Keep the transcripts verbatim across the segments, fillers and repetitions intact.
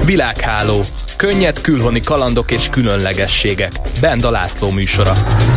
Világháló. Könnyed külhoni kalandok és különlegességek. Benda László műsora.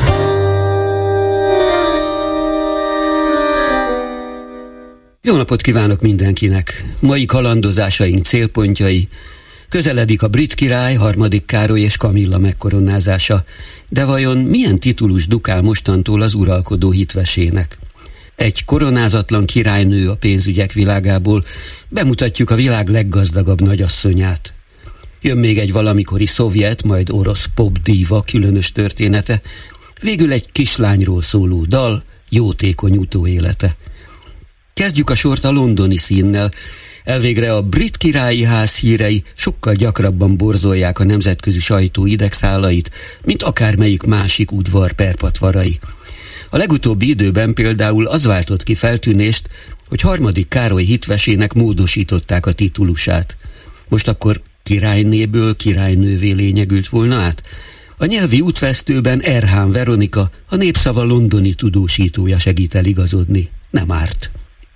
Jó napot kívánok mindenkinek! Mai kalandozásaink célpontjai: közeledik a brit király, harmadik Károly és Kamilla megkoronázása, de vajon milyen titulus dukál mostantól az uralkodó hitvesének? Egy koronázatlan királynő a pénzügyek világából, bemutatjuk a világ leggazdagabb nagyasszonyát. Jön még egy valamikori szovjet, majd orosz popdíva különös története, végül egy kislányról szóló dal, jótékony utóélete. Kezdjük a sort a londoni színnel. Elvégre a brit királyi ház hírei sokkal gyakrabban borzolják a nemzetközi sajtó idegszálait, mint akármelyik másik udvar perpatvarai. A legutóbbi időben például az váltott ki feltűnést, hogy harmadik Károly hitvesének módosították a titulusát. Most akkor királynéből királynővé lényegült volna át? A nyelvi útvesztőben Erhán Veronika, a Népszava londoni tudósítója segít eligazodni. Nem árt.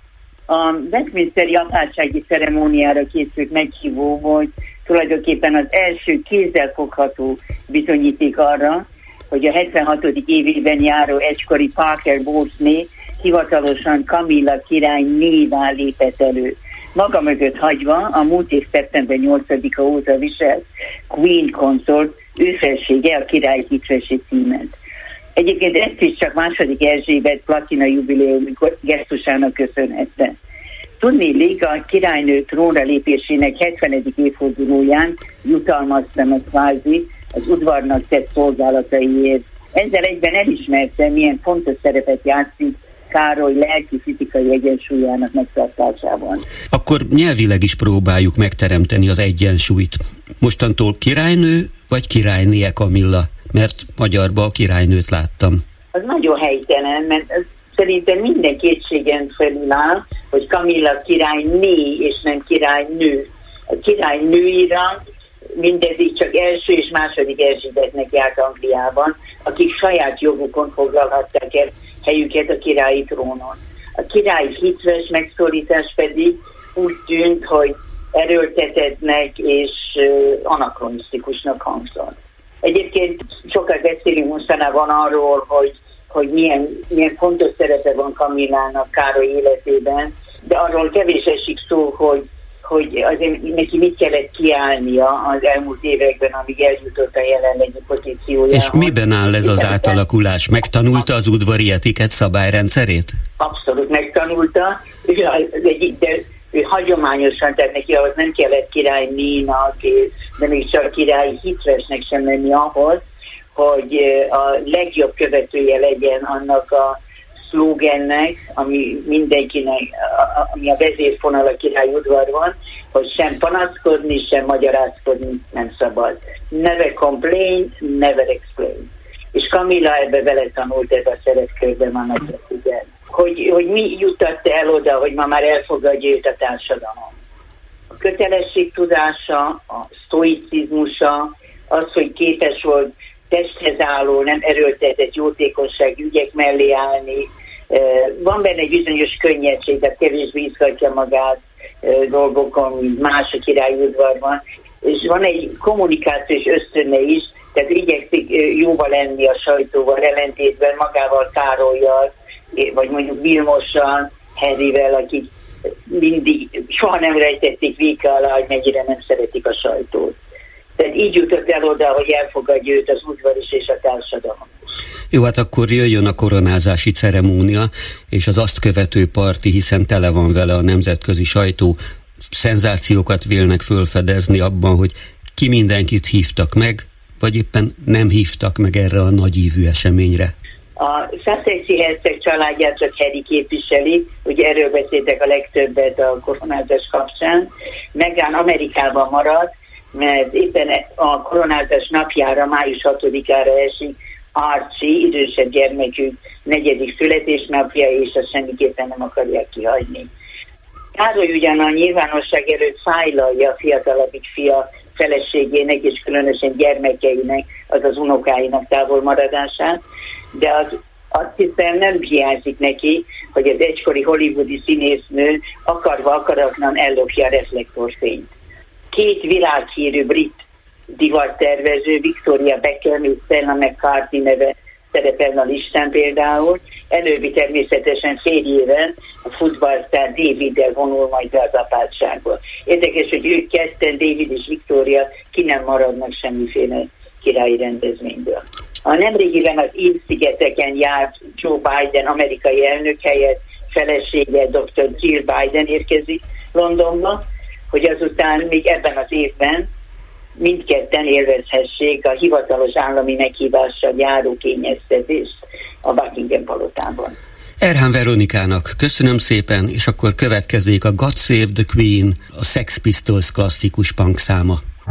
A Westminsteri apátsági ceremóniára készült meghívó volt tulajdonképpen az első kézzelfogható bizonyíték arra, hogy a hetvenhatodik évében járó egykori Parker Bowlesné hivatalosan Kamilla király névá lépett elő. Maga mögött hagyva a múlt év szeptember nyolcadika óta viselt Queen Consort, ő felsége a király hitvesi címet. Egyébként ezt is csak második Erzsébet platina jubileum gesztusának köszönhette. Tudniillik, a királynő trónra lépésének hetvenedik évfordulóján jutalmazta meg kvázi az udvarnak tett szolgálataiért. Ezzel egyben elismerte, milyen fontos szerepet játszik Károly lelki-fizikai egyensúlyának megtartásában. Akkor nyelvileg is próbáljuk megteremteni az egyensúlyt. Mostantól királynő vagy királynéje Kamilla? Mert magyarba a királynőt láttam. Az nagyon helytelen, mert szerintem minden kétségen felül áll, hogy Kamilla királyné és nem királynő. A királynőira mindeddig csak első és második Erzsébetnek járt Angliában, akik saját jogukon foglalhatták el helyüket a királyi trónon. A király hitves megszólítás pedig úgy tűnt, hogy erőltetettnek és anakronisztikusnak hangzott. Egyébként sokat beszélünk mostanában arról, hogy, hogy milyen, milyen fontos szerepe van Kamillának Károly életében, de arról kevés esik szó, hogy, hogy azért neki mit kellett kiállnia az elmúlt években, amíg eljutott a jelenlegi pozíciójához. És miben áll ez az átalakulás? Megtanulta az udvari etiket szabályrendszerét? Abszolút megtanulta, de ő hagyományosan, tehát neki ahhoz nem kellett királynénak, de még csak király hitvesnek sem lenni ahhoz, hogy a legjobb követője legyen annak a szlógennek, ami mindenkinek, ami a vezérfonal a király udvarban, hogy sem panaszkodni, sem magyarázkodni nem szabad. Never complain, never explain. És Kamilla ebbe vele tanult ez a szerepkörben annak igen. Hogy, hogy mi jutatta el oda, hogy ma már elfogadja őt a társadalom. A kötelességtudása, a sztoicizmusa, az, hogy képes volt testhez álló, nem erőltetett jótékonyság ügyek mellé állni. Van benne egy bizonyos könnyedség, tehát kevésbé izgatja magát dolgokon, mint más a királyi udvarban. És van egy kommunikációs ösztönne is, tehát igyekszik jóba lenni a sajtóval, ellentétben magával Károllyal, vagy mondjuk Vilmossal, Harryvel, akik mindig soha nem rejtették véka alá, hogy mennyire nem szeretik a sajtót. Tehát így jutott el oda, hogy elfogadja őt az udvar is és a társadalom. Jó, hát akkor jöjjön a koronázási ceremónia, és az azt követő parti, hiszen tele van vele a nemzetközi sajtó. Szenzációkat vélnek fölfedezni abban, hogy ki mindenkit hívtak meg, vagy éppen nem hívtak meg erre a nagyívű eseményre. A Sussexi herceg családját csak Harry képviseli, ugye erről beszéltek a legtöbbet a koronázás kapcsán. Meghan Amerikában marad, mert éppen a koronázás napjára, május hatodikára esik Archie, idősebb gyermekük negyedik születésnapja, és azt semmiképpen nem akarják kihagyni. Károly ugyan a nyilvánosság előtt fájlalja a fiatalabbik fia feleségének és különösen gyermekeinek, azaz unokáinak távolmaradását, de az, azt hiszem nem hiányzik neki, hogy az egykori hollywoodi színésznő akarva akaratlan ellopja a reflektorfényt. két világhírű brit divattervező, Victoria Beckham és Stella McCarthy neve szerepel a listán például. Előbbi természetesen férjével, a futballsztár Daviddel vonul majd az apátságból. Érdekes, hogy ők ketten, David és Victoria, ki nem maradnak semmiféle királyi rendezvényből. A nemrégiben az Ír-szigeteken járt Joe Biden amerikai elnök helyett, felesége doktor Jill Biden érkezik Londonba, hogy azután még ebben az évben mindketten élvezhessék a hivatalos állami meghívással járó kényeztetést a Buckingham palotában. Erhán Veronikának köszönöm szépen, és akkor következzék a God Save the Queen, a Sex Pistols klasszikus punk száma.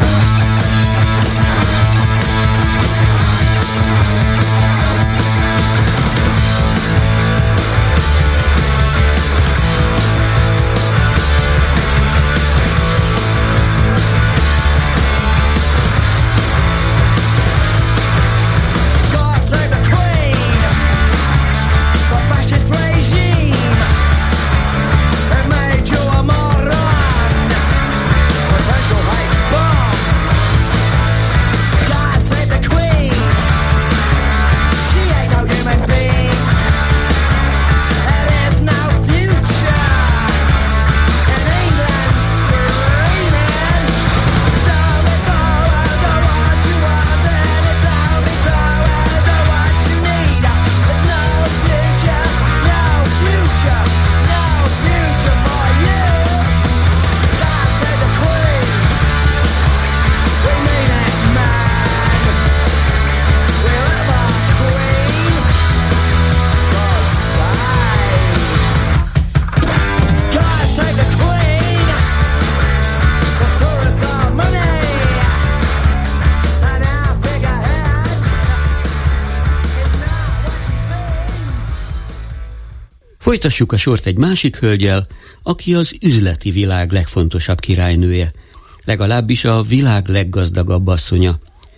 Folytassuk a sort egy másik hölgyel, aki az üzleti világ legfontosabb királynője, legalábbis a világ leggazdagabb asszonya.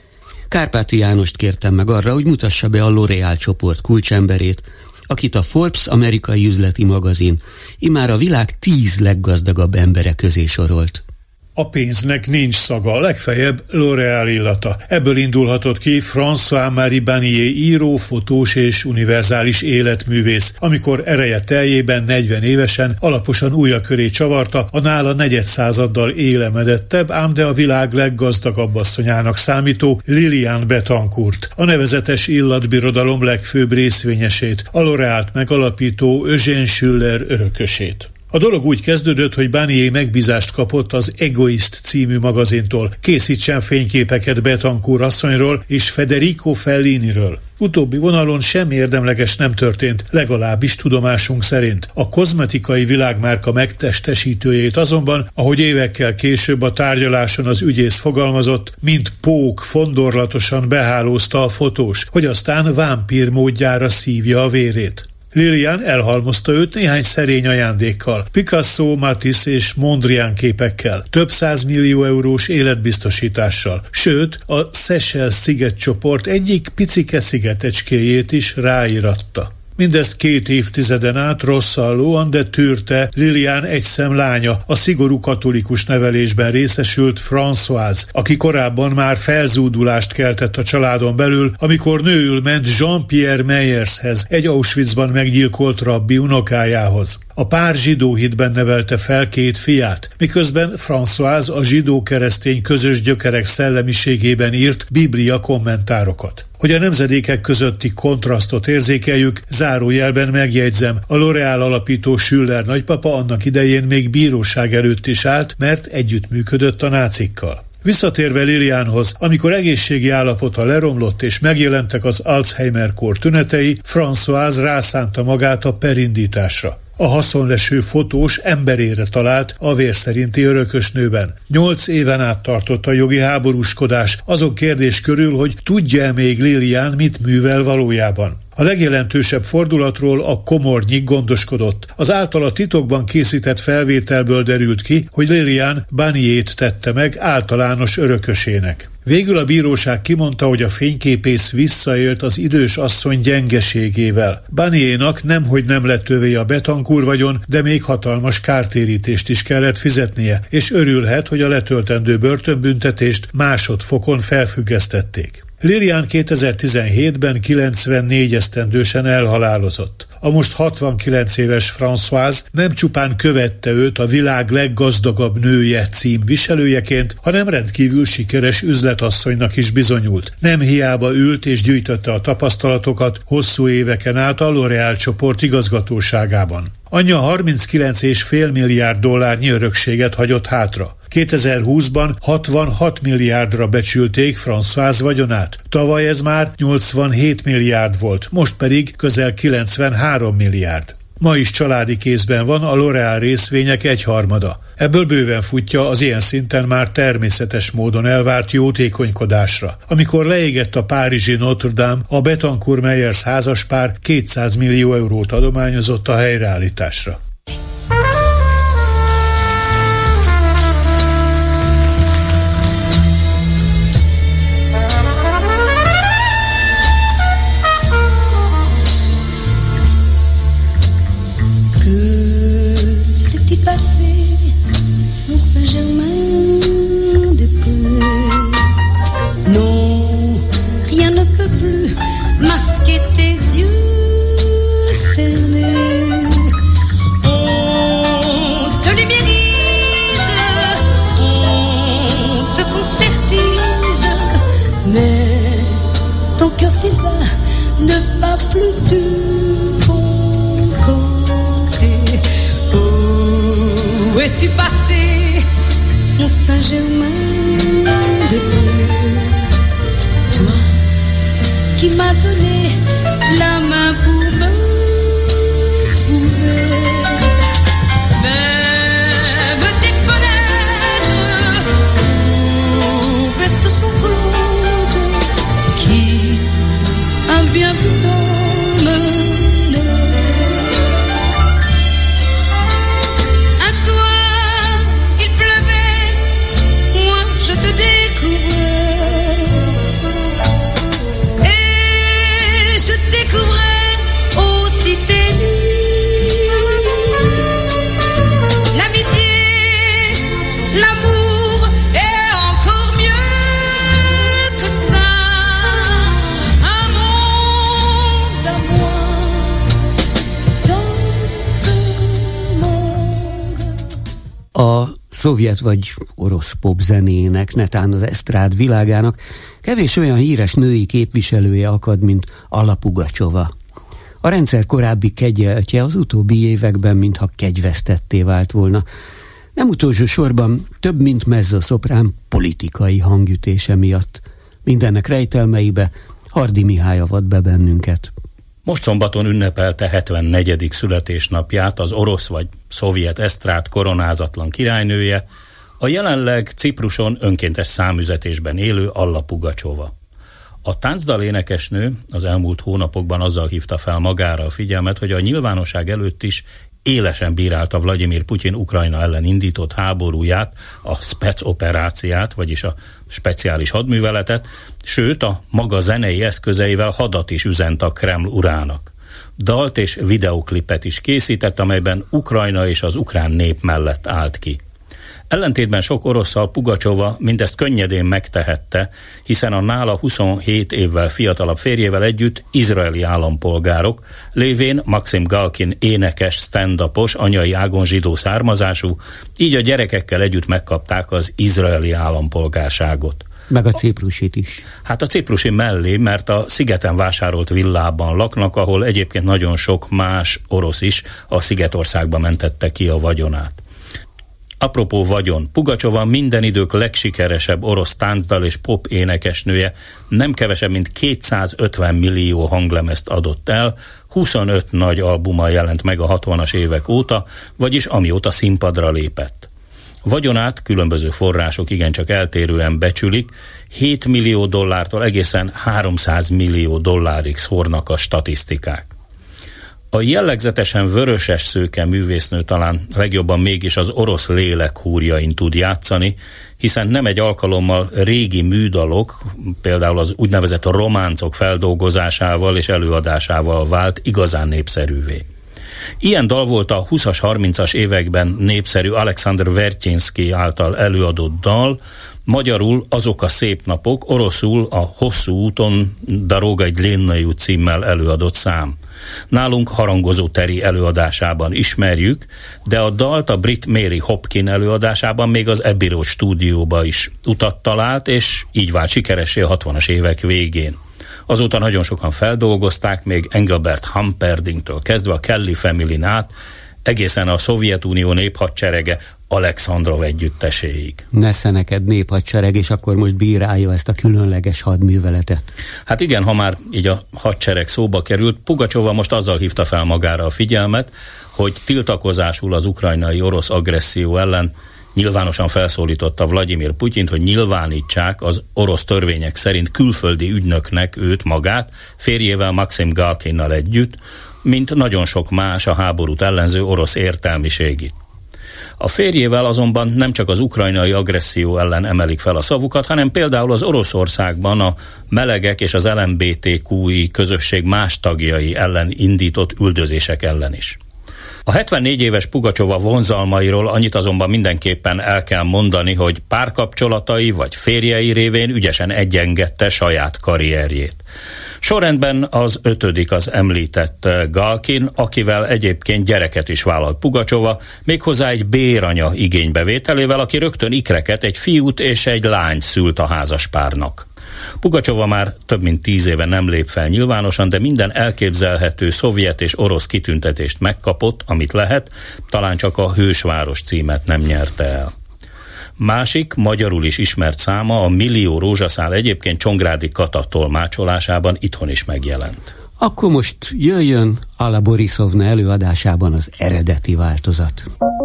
Kárpáti Jánost kértem meg arra, hogy mutassa be a L'Oréal csoport kulcsemberét, akit a Forbes amerikai üzleti magazin immár a világ tíz leggazdagabb embere közé sorolt. A pénznek nincs szaga, legfeljebb L'Oréal illata. Ebből indulhatott ki François-Marie Bannier író, fotós és univerzális életművész, amikor ereje teljében negyven évesen alaposan ujja köré csavarta a nála negyedszázaddal élemedettebb, ám de a világ leggazdagabb asszonyának számító Liliane Bettencourt, a nevezetes illatbirodalom legfőbb részvényesét, a L'Oréalt megalapító Eugène Schuller örökösét. A dolog úgy kezdődött, hogy Bannier megbízást kapott az Egoist című magazintól, készítsen fényképeket Bettencourt asszonyról és Federico Felliniről. Utóbbi vonalon sem érdemleges nem történt, legalábbis tudomásunk szerint. A kozmetikai világmárka megtestesítőjét azonban, ahogy évekkel később a tárgyaláson az ügyész fogalmazott, mint pók fondorlatosan behálózta a fotós, hogy aztán vámpír módjára szívja a vérét. Liliane elhalmozta őt néhány szerény ajándékkal, Picasso, Matisse és Mondrian képekkel, több százmillió eurós életbiztosítással, sőt a Seychelles szigetcsoport egyik picike szigetecskéjét is ráíratta. Mindezt két évtizeden át rosszallóan, de tűrte Liliane egyszem lánya, a szigorú katolikus nevelésben részesült Françoise, aki korábban már felzúdulást keltett a családon belül, amikor nőül ment Jean-Pierre Meyershez, egy Auschwitzban meggyilkolt rabbi unokájához. A pár zsidó hitben nevelte fel két fiát, miközben Françoise a zsidó-keresztény közös gyökerek szellemiségében írt biblia kommentárokat. Hogy a nemzedékek közötti kontrasztot érzékeljük, zárójelben megjegyzem, a L'Oréal alapító Schuller nagypapa annak idején még bíróság előtt is állt, mert együttműködött a nácikkal. Visszatérve Lilianehoz, amikor egészségi állapota leromlott és megjelentek az Alzheimer-kór tünetei, Françoise rászánta magát a perindításra. A haszonleső fotós emberére talált a vér szerinti örökösnőben. Nyolc éven át tartott a jogi háborúskodás azon kérdés körül, hogy tudja-e még Liliane, mit művel valójában. A legjelentősebb fordulatról a Komornyik gondoskodott. Az általa titokban készített felvételből derült ki, hogy Liliane Baniét tette meg általános örökösének. Végül a bíróság kimondta, hogy a fényképész visszaélt az idős asszony gyengeségével. Baniénak nemhogy nem lett övé a Betancourt vagyon, de még hatalmas kártérítést is kellett fizetnie, és örülhet, hogy a letöltendő börtönbüntetést másodfokon felfüggesztették. Liliane kétezer-tizenhétben kilencvennégy esztendősen elhalálozott. A most hatvankilenc éves Françoise nem csupán követte őt a világ leggazdagabb nője cím viselőjeként, hanem rendkívül sikeres üzletasszonynak is bizonyult. Nem hiába ült és gyűjtötte a tapasztalatokat hosszú éveken át a L'Oréal csoport igazgatóságában. Anyja harminckilenc egész öt milliárd dollárnyi örökséget hagyott hátra. kétezer-húszban hatvanhat milliárdra becsülték Françoise vagyonát. Tavaly ez már nyolcvanhét milliárd volt, most pedig közel kilencvenhárom milliárd. Ma is családi kézben van a L'Oréal részvények egyharmada. Ebből bőven futja az ilyen szinten már természetes módon elvárt jótékonykodásra. Amikor leégett a párizsi Notre Dame, a Betancourt Meyers házaspár kétszáz millió eurót adományozott a helyreállításra. Tu passé, mon Saint-Germain de Prés, toi qui m'as donné la main pour me trouver, même tes fenêtres ouvertes sont closes, qui a bien vu d'homme. A szovjet vagy orosz popzenének, netán az esztrád világának kevés olyan híres női képviselője akad, mint Alla Pugacsova. A rendszer korábbi kegyeltje az utóbbi években mintha kegyvesztetté vált volna. Nem utolsó sorban több mint mezzoszoprán politikai hangütése miatt. Mindennek rejtelmeibe Hardy Mihály avat be bennünket. Most szombaton ünnepelte hetvennegyedik születésnapját az orosz vagy szovjet esztrád koronázatlan királynője, a jelenleg Cipruson önkéntes számüzetésben élő Alla Pugacsova. A táncdal énekesnő az elmúlt hónapokban azzal hívta fel magára a figyelmet, hogy a nyilvánosság előtt is élesen bírálta Vladimir Putyin Ukrajna ellen indított háborúját, a speczoperáciát, vagyis a speciális hadműveletet, sőt a maga zenei eszközeivel hadat is üzent a Kreml urának. Dalt és videoklipet is készített, amelyben Ukrajna és az ukrán nép mellett állt ki. Ellentétben sok orosszal Pugacsova mindezt könnyedén megtehette, hiszen a nála huszonhét évvel fiatalabb férjével együtt izraeli állampolgárok, lévén Maxim Galkin énekes, stand-upos, anyai ágon zsidó származású, így a gyerekekkel együtt megkapták az izraeli állampolgárságot. Meg a ciprusit is. Hát a ciprusi mellé, mert a szigeten vásárolt villában laknak, ahol egyébként nagyon sok más orosz is a Szigetországba mentette ki a vagyonát. Apropó vagyon, Pugacsova minden idők legsikeresebb orosz táncdal és pop énekesnője, nem kevesebb, mint kétszázötven millió hanglemezt adott el, huszonöt nagy albuma jelent meg a hatvanas évek óta, vagyis amióta színpadra lépett. Vagyonát különböző források igencsak eltérően becsülik, hét millió dollártól egészen háromszáz millió dollárig szórnak a statisztikák. A jellegzetesen vöröses szőke művésznő talán legjobban mégis az orosz lélek húrjain tud játszani, hiszen nem egy alkalommal régi műdalok, például az úgynevezett románcok feldolgozásával és előadásával vált igazán népszerűvé. Ilyen dal volt a húszas, harmincas években népszerű Alexander Vertyinszky által előadott dal, magyarul Azok a szép napok, oroszul a Hosszú úton Daroga Dlennyu címmel előadott szám. Nálunk Harangozó Teri előadásában ismerjük, de a dalt a brit Mary Hopkin előadásában még az Abbey Road stúdióba is utat talált, és így vált sikeressé a hatvanas évek végén. Azóta nagyon sokan feldolgozták, még Engelbert Humperdinktől kezdve a Kelly Familyn át, egészen a Szovjetunió néphadserege Alexandrov együtteséig. Nesze neked néphadsereg, és akkor most bírálja ezt a különleges hadműveletet. Hát igen, ha már így a hadsereg szóba került, Pugacsova most azzal hívta fel magára a figyelmet, hogy tiltakozásul az ukrajnai orosz agresszió ellen nyilvánosan felszólította Vladimir Putyint, hogy nyilvánítsák az orosz törvények szerint külföldi ügynöknek őt magát, férjével Maxim Galkinnal együtt, mint nagyon sok más a háborút ellenző orosz értelmiségit. A férjével azonban nem csak az ukrajnai agresszió ellen emelik fel a szavukat, hanem például az Oroszországban a melegek és az el em bé té kú-i közösség más tagjai ellen indított üldözések ellen is. A hetvennégy éves Pugacsova vonzalmairól annyit azonban mindenképpen el kell mondani, hogy párkapcsolatai vagy férjei révén ügyesen egyengedte saját karrierjét. Sorrendben az ötödik az említett Galkin, akivel egyébként gyereket is vállalt Pugacsova, méghozzá egy béranya igénybevételével, aki rögtön ikreket, egy fiút és egy lányt szült a házaspárnak. Pugacsova már több mint tíz éve nem lép fel nyilvánosan, de minden elképzelhető szovjet és orosz kitüntetést megkapott, amit lehet, talán csak a Hősváros címet nem nyerte el. Másik, magyarul is ismert száma, a Millió rózsaszál egyébként Csongrádi Kata tolmácsolásában itthon is megjelent. Akkor most jöjjön Alla Borisovna előadásában az eredeti változat.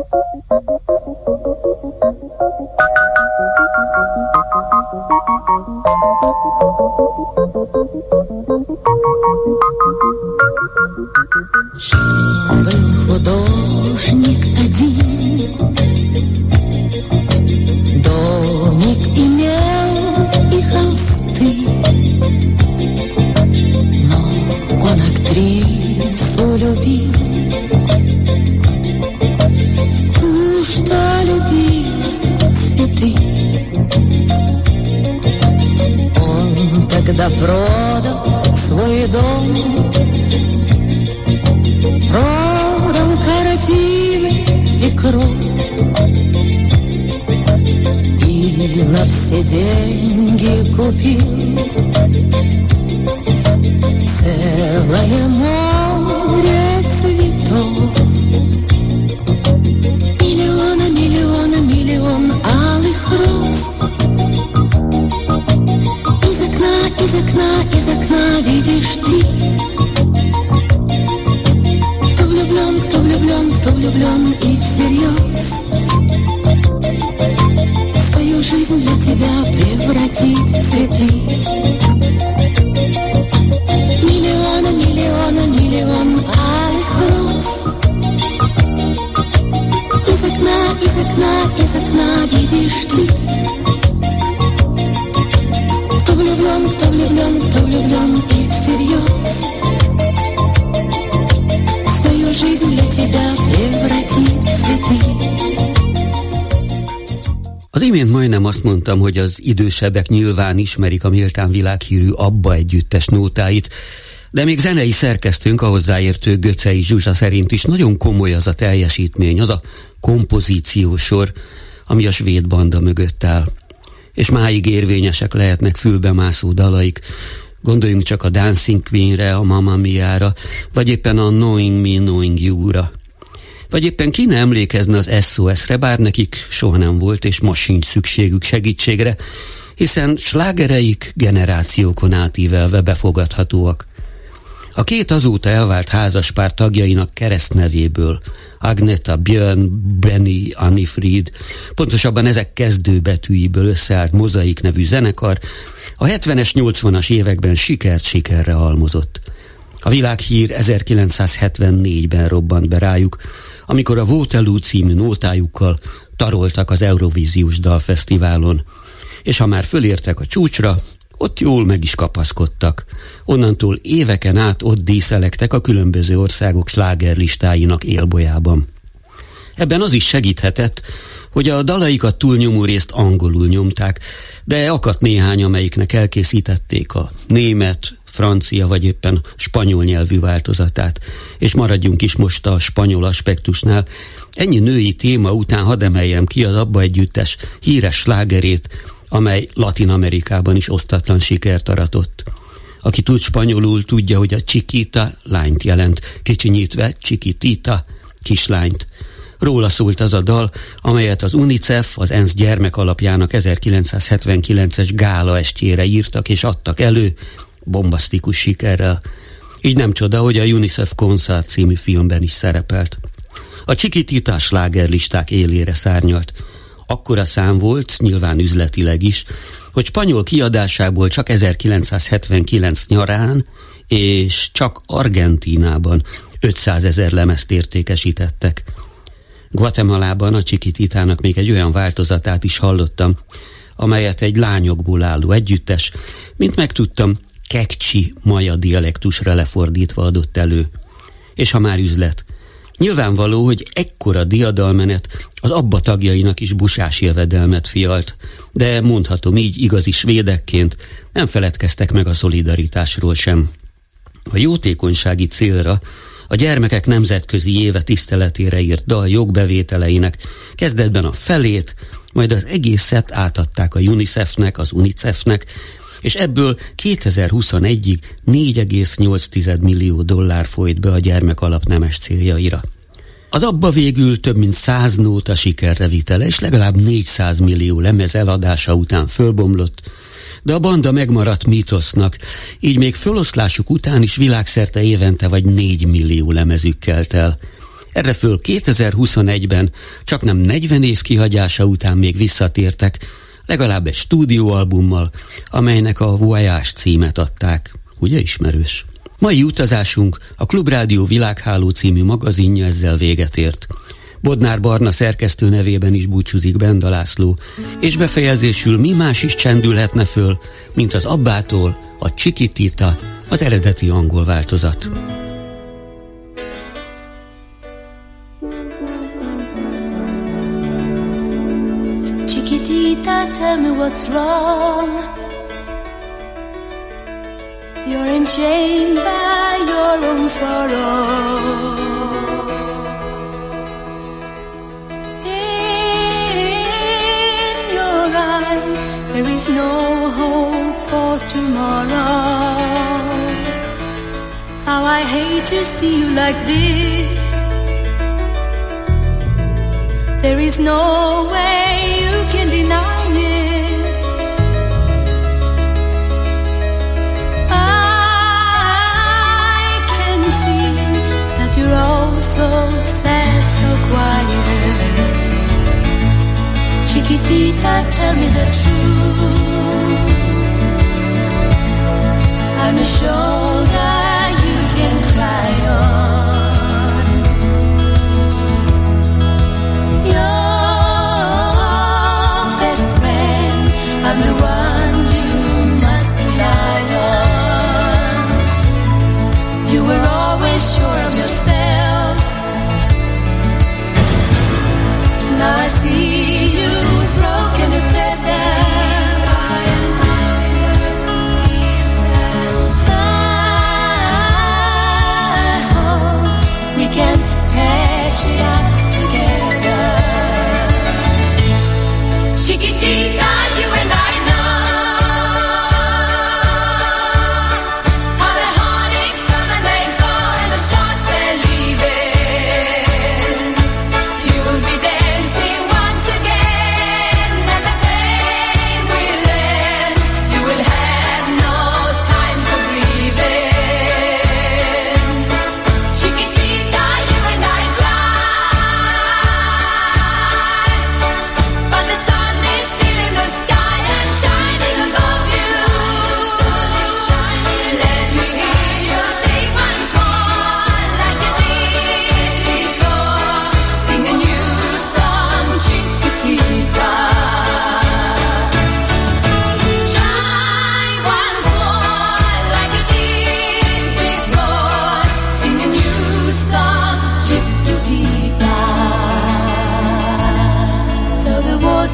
Был художник один, домик имел и холсты, но он актрису любил, ту, что любила цветы. Он тогда продал свой дом, продал картины и кровь, и на все деньги купил целое море цветов. Миллиона, миллиона, миллион алых роз. Из окна, из окна, из окна видишь ты. Кто влюблен, кто влюблен, кто влюблен и всерьез свою жизнь для тебя превратит в цветы. Миллиона, миллиона, миллион алых роз. Из окна, из окна, из окна видишь ты. Кто влюблен, кто влюблен, кто влюблен и всерьез свою жизнь для тебя превратит в цветы. Az imént majdnem azt mondtam, hogy az idősebbek nyilván ismerik a méltán világhírű Abba együttes nótáit, de még zenei szerkesztőnk, a hozzáértő Göczei Zsuzsa szerint is nagyon komoly az a teljesítmény, az a kompozíciósor, ami a svéd banda mögött áll. És máig érvényesek lehetnek fülbemászó dalaik, gondoljunk csak a Dancing Queen-re, a Mamma Mia-ra, vagy éppen a Knowing Me, Knowing You-ra. Vagy éppen ki ne emlékezne az es o es-re, bár nekik soha nem volt, és ma sincs szükségük segítségre, hiszen slágereik generációkon átívelve befogadhatóak. A két azóta elvált házaspár tagjainak keresztnevéből, Agneta, Björn, Benny, Annifried, pontosabban ezek kezdőbetűiből összeállt Mozaik nevű zenekar a hetvenes, nyolcvanas években sikert sikerre halmozott. A világhír ezerkilencszázhetvennégyben robbant be rájuk, amikor a Waterloo című nótájukkal taroltak az Eurovíziós Dalfesztiválon, és ha már fölértek a csúcsra, ott jól meg is kapaszkodtak. Onnantól éveken át ott díszelektek a különböző országok slágerlistáinak élbolyában. Ebben az is segíthetett, hogy a dalaikat túlnyomó részt angolul nyomták, de akadt néhány, amelyiknek elkészítették a német, francia vagy éppen spanyol nyelvű változatát, és maradjunk is most a spanyol aspektusnál. Ennyi női téma után hadd emeljem ki az ABBA együttes híres slágerét, amely Latin Amerikában is osztatlan sikert aratott. Aki tud spanyolul, tudja, hogy a Chiquita lányt jelent, kicsinyítve Chiquitita, kislányt. Róla szólt az a dal, amelyet az UNICEF, az ENSZ gyermekalapjának ezerkilencszázhetvenkilences gála estjére írtak és adtak elő, bombasztikus sikerrel. Így nem csoda, hogy a UNICEF Concert című filmben is szerepelt. A Chiquitita slágerlisták élére szárnyalt. Akkora szám volt, nyilván üzletileg is, hogy spanyol kiadásából csak ezerkilencszázhetvenkilenc nyarán és csak Argentínában ötszázezer lemezt értékesítettek. Guatemalában a Chiquititának még egy olyan változatát is hallottam, amelyet egy lányokból álló együttes, mint megtudtam, kekcsi maja dialektusra lefordítva adott elő. És ha már üzlet, nyilvánvaló, hogy ekkora diadalmenet az ABBA tagjainak is busás jövedelmet fialt, de mondhatom így igazi svédekként nem feledkeztek meg a szolidaritásról sem. A jótékonysági célra, a gyermekek nemzetközi éve tiszteletére írt dal jogbevételeinek kezdetben a felét, majd az egészet átadták a UNICEF-nek, az UNICEF-nek, és ebből kétezer-huszonegyig négy egész nyolc millió dollár folyt be a gyermekalap nemes céljaira. Az ABBA végül több mint száz nóta sikerre vitele, és legalább négyszáz millió lemez eladása után fölbomlott, de a banda megmaradt mítosznak, így még föloszlásuk után is világszerte évente vagy négy millió lemezük kelt el. Erre föl kétezer-huszonegyben csaknem negyven év kihagyása után még visszatértek, legalább egy stúdióalbummal, amelynek a Voyage címet adták. Ugye ismerős? Mai utazásunk, a Klubrádió Világháló című magazinja ezzel véget ért. Bodnár Barna szerkesztő nevében is búcsúzik Benda László, és befejezésül mi más is csendülhetne föl, mint az Abbától a Chiquitita, az eredeti angol változat. Chiquitita, tell me what's wrong. You're enchained by your own sorrow. There is no hope for tomorrow. How I hate to see you like this. There is no way you can deny it. I can see that you're all so sad, so quiet. Chiquitita, tell me the truth. I'm a shoulder you can cry on. Your best friend, I'm the one you must rely on. You were always sure of yourself. Now I see you broken and pleasant. I hope we can patch it up together. Chiquitita, you and I know how the heartaches come and they go and the stars they're leaving. You will be dancing once again and the pain will end. You will have no time for breathing. Chiquitita, you and I cry.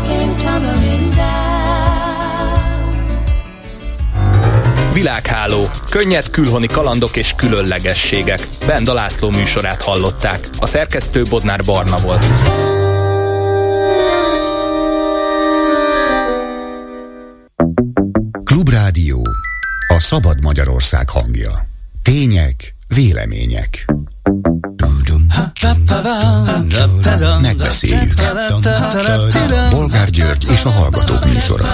came tumbling down. Világháló. Könnyed külhoni kalandok és különlegességek. Benda László műsorát hallották. A szerkesztő Bodnár Barna volt. Klubrádió. A szabad Magyarország hangja. Tények, vélemények. Megbeszéljük. Bolgár György és a Hallgatók műsora.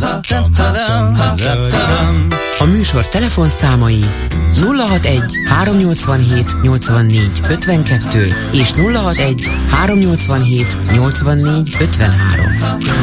A műsor telefonszámai nulla hatvanegy háromnyolcvanhét nyolcvannégy ötvenkettő és nulla hatvanegy háromnyolcvanhét nyolcvannégy ötvenhárom.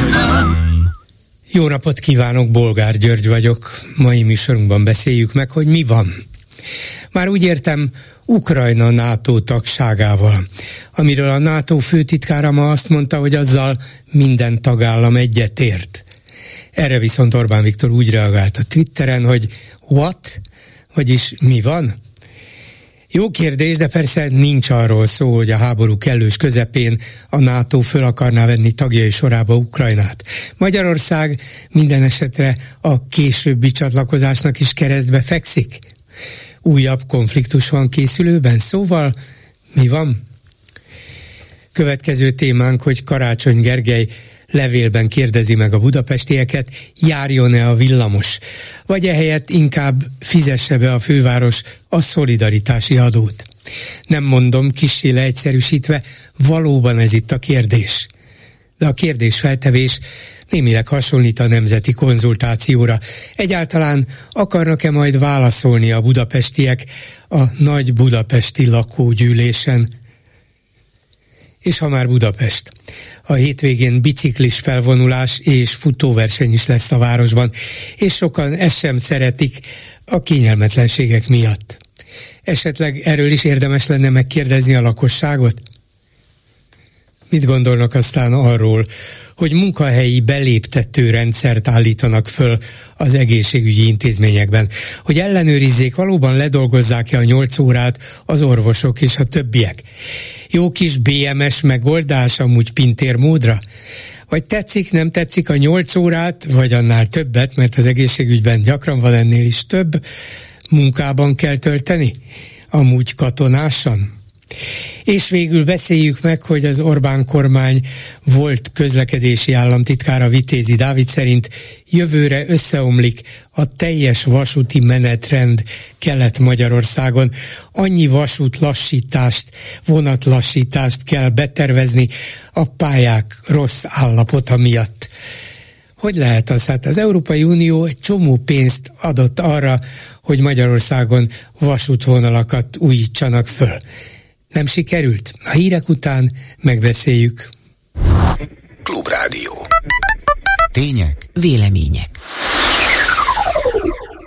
Jó napot kívánok, Bolgár György vagyok. Mai műsorunkban beszéljük meg, hogy mi van. Már úgy értem, Ukrajna NATO tagságával, amiről a NATO főtitkára ma azt mondta, hogy azzal minden tagállam egyetért. Erre viszont Orbán Viktor úgy reagált a Twitteren, hogy what? Vagyis mi van? Jó kérdés, de persze nincs arról szó, hogy a háború kellős közepén a NATO föl akarná venni tagjai sorába Ukrajnát. Magyarország minden esetre a későbbi csatlakozásnak is keresztbe fekszik. Újabb konfliktus van készülőben, szóval mi van? Következő témánk, hogy Karácsony Gergely levélben kérdezi meg a budapestieket, járjon-e a villamos, vagy ehelyett inkább fizesse be a főváros a szolidaritási adót. Nem mondom, kissé leegyszerűsítve, valóban ez itt a kérdés. De a kérdésfeltevés némileg hasonlít a nemzeti konzultációra. Egyáltalán akarnak-e majd válaszolni a budapestiek a nagy budapesti lakógyűlésen? És ha már Budapest, a hétvégén biciklis felvonulás és futóverseny is lesz a városban, és sokan ezt sem szeretik a kényelmetlenségek miatt. Esetleg erről is érdemes lenne megkérdezni a lakosságot? Mit gondolnak aztán arról, hogy munkahelyi beléptető rendszert állítanak föl az egészségügyi intézményekben, hogy ellenőrizzék, valóban ledolgozzák-e a nyolc órát az orvosok és a többiek? Jó kis bé em es megoldás amúgy Pintér módra? Vagy tetszik, nem tetszik a nyolc órát, vagy annál többet, mert az egészségügyben gyakran van ennél is több, munkában kell tölteni? Amúgy katonásan? És végül beszéljük meg, hogy az Orbán kormány volt közlekedési államtitkára Vitézi Dávid szerint jövőre összeomlik a teljes vasúti menetrend Kelet-Magyarországon. Annyi vasútlassítást, vonatlassítást kell betervezni a pályák rossz állapota miatt. Hogy lehet az? Hát az Európai Unió egy csomó pénzt adott arra, hogy Magyarországon vasútvonalakat újítsanak föl. Nem sikerült? A hírek után megbeszéljük. Klubrádió. Tények, vélemények.